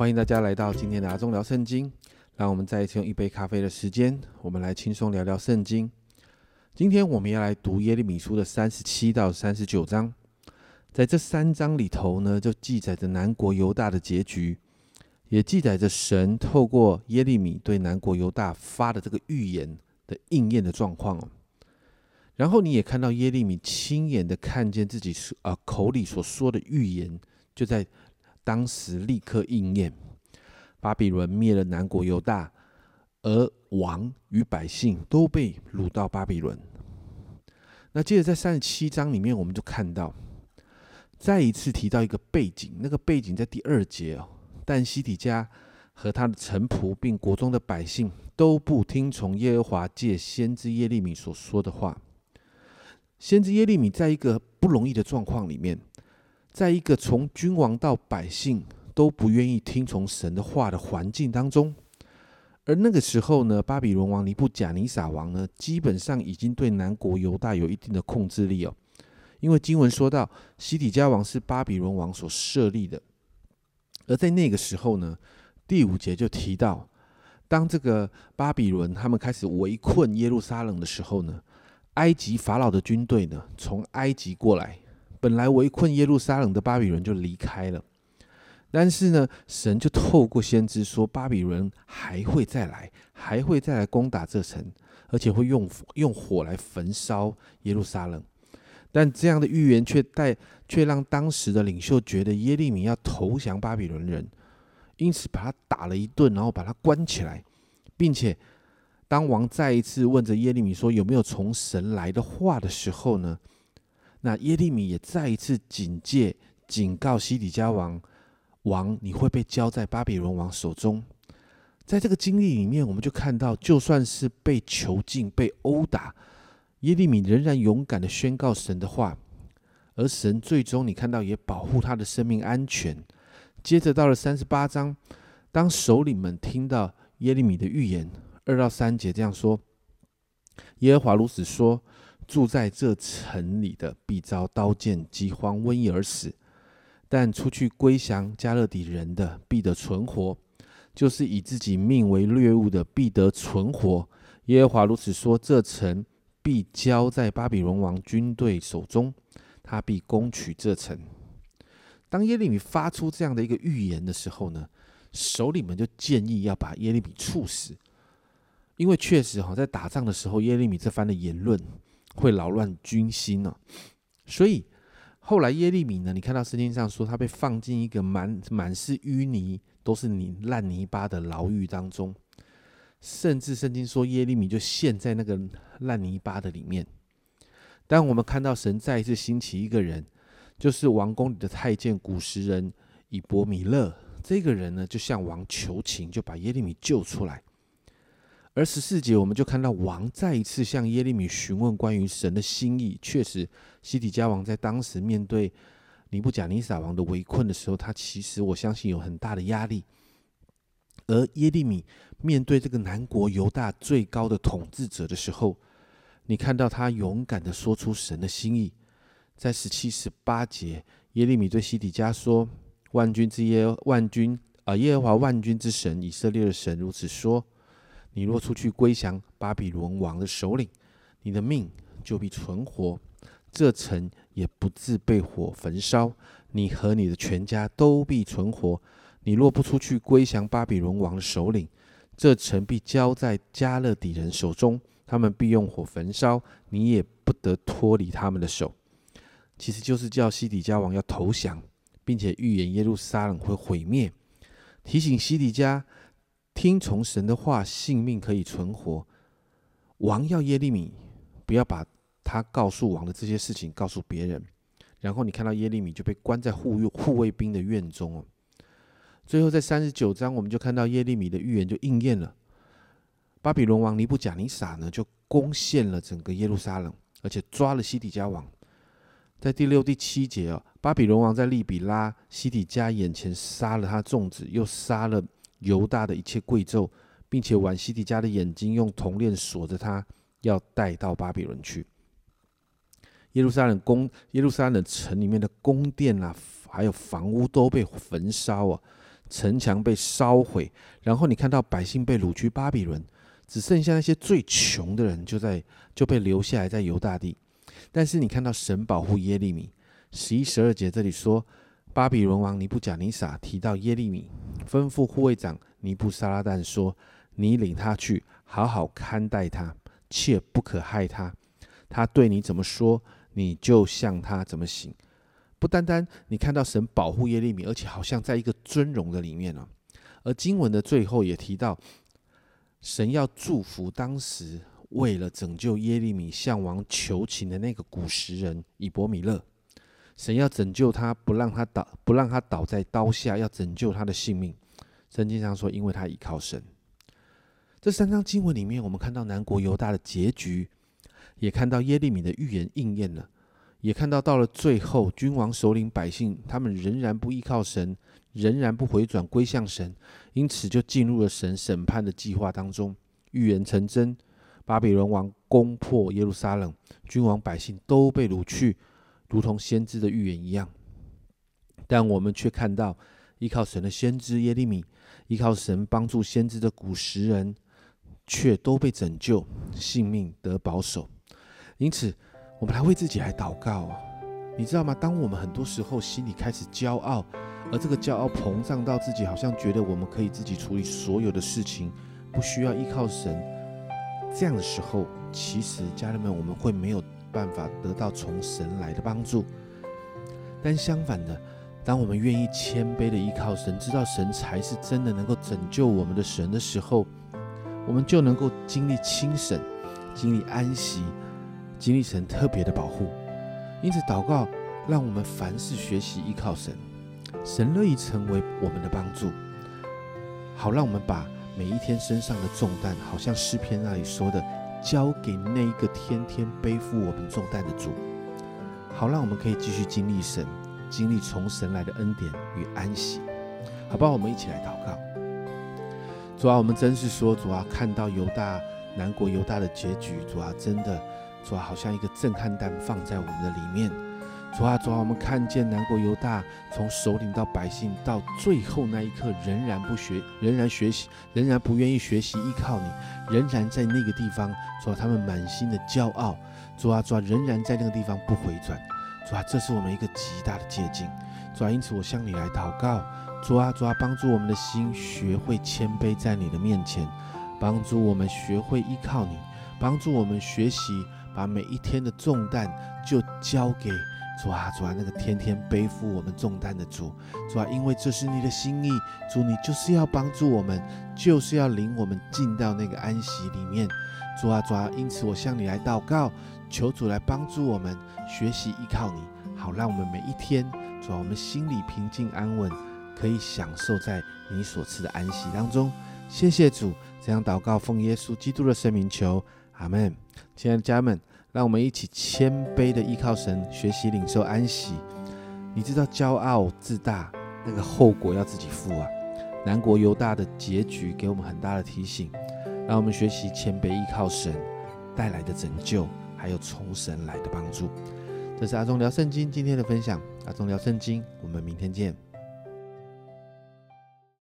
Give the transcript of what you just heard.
欢迎大家来到今天的阿忠聊圣经。让我们再一次用一杯咖啡的时间，我们来轻松聊聊圣经。今天我们要来读耶利米书的37到39章。在这3章里头呢，就记载着南国犹大的结局，也记载着神透过耶利米对南国犹大发的这个预言的应验的状况。然后你也看到耶利米亲眼的看见自己口里所说的预言，就在当时立刻应验。巴比伦灭了南国犹大，而王与百姓都被掳到巴比伦。那接着在37章里面，我们就看到再一次提到一个背景，那个背景在第2节但西底家和他的臣仆并国中的百姓都不听从耶和华借先知耶利米所说的话。先知耶利米在一个不容易的状况里面，在一个从君王到百姓都不愿意听从神的话的环境当中，而那个时候呢，巴比伦王尼布甲尼撒王呢，基本上已经对南国犹大有一定的控制力因为经文说到西底家王是巴比伦王所设立的。而在那个时候呢，第5节就提到，当这个巴比伦他们开始围困耶路撒冷的时候呢，埃及法老的军队呢从埃及过来，本来围困耶路撒冷的巴比伦就离开了。但是呢，神就透过先知说，巴比伦还会再来攻打这城，而且会用火来焚烧耶路撒冷。但这样的预言却让当时的领袖觉得耶利米要投降巴比伦人，因此把他打了一顿，然后把他关起来，并且当王再一次问着耶利米说有没有从神来的话的时候呢，那耶利米也再一次警告西底家王，你会被交在巴比伦王手中。在这个经历里面，我们就看到，就算是被囚禁、被殴打，耶利米仍然勇敢的宣告神的话，而神最终你看到也保护他的生命安全。接着到了38章，当首领们听到耶利米的预言，2到3节这样说：耶和华如此说，住在这城里的必遭刀剑、饥荒、瘟疫而死，但出去归降加勒底人的必得存活，就是以自己命为掠物的必得存活。耶和华如此说，这城必交在巴比伦王军队手中，他必攻取这城。当耶利米发出这样的一个预言的时候呢，首领们就建议要把耶利米处死，因为确实在打仗的时候，耶利米这番的言论会扰乱军心所以后来耶利米呢，你看到圣经上说他被放进一个满是淤泥都是烂泥巴的牢狱当中，甚至圣经说耶利米就陷在那个烂泥巴的里面。但我们看到神再一次兴起一个人，就是王宫里的太监古时人以伯米勒，这个人呢就向王求情，就把耶利米救出来。而14节我们就看到王再一次向耶利米询问关于神的心意。确实西底家王在当时面对尼布甲尼撒王的围困的时候，他其实我相信有很大的压力。而耶利米面对这个南国犹大最高的统治者的时候，你看到他勇敢的说出神的心意。在17、18节，耶利米对西底家说，耶和华万军之神以色列的神如此说，你若出去归降巴比伦王的首领，你的命就必存活，这城也不致被火焚烧，你和你的全家都必存活。你若不出去归降巴比伦王的首领，这城必交在加勒底人手中，他们必用火焚烧，你也不得脱离他们的手。其实就是叫西底家王要投降，并且预言耶路撒冷会毁灭，提醒西底家听从神的话，性命可以存活。王要耶利米不要把他告诉王的这些事情告诉别人。然后你看到耶利米就被关在护卫兵的院中最后在39章，我们就看到耶利米的预言就应验了。巴比伦王尼布甲尼撒呢，就攻陷了整个耶路撒冷，而且抓了西底家王。在第6、第7节巴比伦王在利比拉西底家眼前杀了他众子，又杀了犹大的一切贵胄，并且剜西底家的眼睛，用铜链锁着他，要带到巴比伦去。耶路撒冷城里面的宫殿还有房屋都被焚烧城墙被烧毁，然后你看到百姓被掳去巴比伦，只剩下那些最穷的人就被留下来在犹大地。但是你看到神保护耶利米，11、12节这里说，巴比伦王尼布甲尼撒提到耶利米，吩咐护卫长尼布撒拉旦说：你领他去，好好看待他，切不可害他。他对你怎么说，你就向他怎么行。不单单你看到神保护耶利米，而且好像在一个尊荣的里面哦。而经文的最后也提到，神要祝福当时为了拯救耶利米向王求情的那个古时人以伯米勒，神要拯救他，不让他倒在刀下，要拯救他的性命。圣经上说，因为他倚靠神。这3章经文里面，我们看到南国犹大的结局，也看到耶利米的预言应验了，也看到了最后，君王首领百姓他们仍然不依靠神，仍然不回转归向神，因此就进入了神审判的计划当中。预言成真，巴比伦王攻破耶路撒冷，君王百姓都被掳去，如同先知的预言一样。但我们却看到依靠神的先知耶利米，依靠神帮助先知的古时人，却都被拯救，性命得保守。因此我们来为自己来祷告你知道吗？当我们很多时候心里开始骄傲，而这个骄傲膨胀到自己好像觉得我们可以自己处理所有的事情，不需要依靠神，这样的时候，其实家人们，我们会没有办法得到从神来的帮助。但相反的，当我们愿意谦卑的依靠神，知道神才是真的能够拯救我们的神的时候，我们就能够经历轻省，经历安息，经历神特别的保护。因此祷告让我们凡事学习依靠神，神乐意成为我们的帮助，好让我们把每一天身上的重担，好像诗篇那里说的，交给那一个天天背负我们重担的主，好让我们可以继续经历神，经历从神来的恩典与安息。好不好？我们一起来祷告。主啊，我们真是说，主啊，看到南国犹大的结局，主啊，真的，主啊，好像一个震撼弹放在我们的里面。主啊，我们看见南国犹大从首领到百姓，到最后那一刻，仍然不愿意学习依靠你，仍然在那个地方，主啊，他们满心的骄傲，主啊，仍然在那个地方不回转。主啊，这是我们一个极大的捷径。主啊，因此我向你来祷告，主啊，帮助我们的心学会谦卑在你的面前，帮助我们学会依靠你，帮助我们学习把每一天的重担就交给主啊，那个天天背负我们重担的主。主啊，因为这是你的心意，主，你就是要帮助我们，就是要领我们进到那个安息里面。主啊，因此我向你来祷告，求主来帮助我们学习依靠你，好让我们每一天，主啊，我们心里平静安稳，可以享受在你所赐的安息当中。谢谢主，这样祷告奉耶稣基督的圣名求，阿们。亲爱的家人们，让我们一起谦卑的依靠神，学习领受安息。你知道骄傲自大那个后果要自己负啊。南国犹大的结局给我们很大的提醒，让我们学习谦卑依靠神带来的拯救，还有从神来的帮助。这是阿忠聊圣经今天的分享，阿忠聊圣经，我们明天见。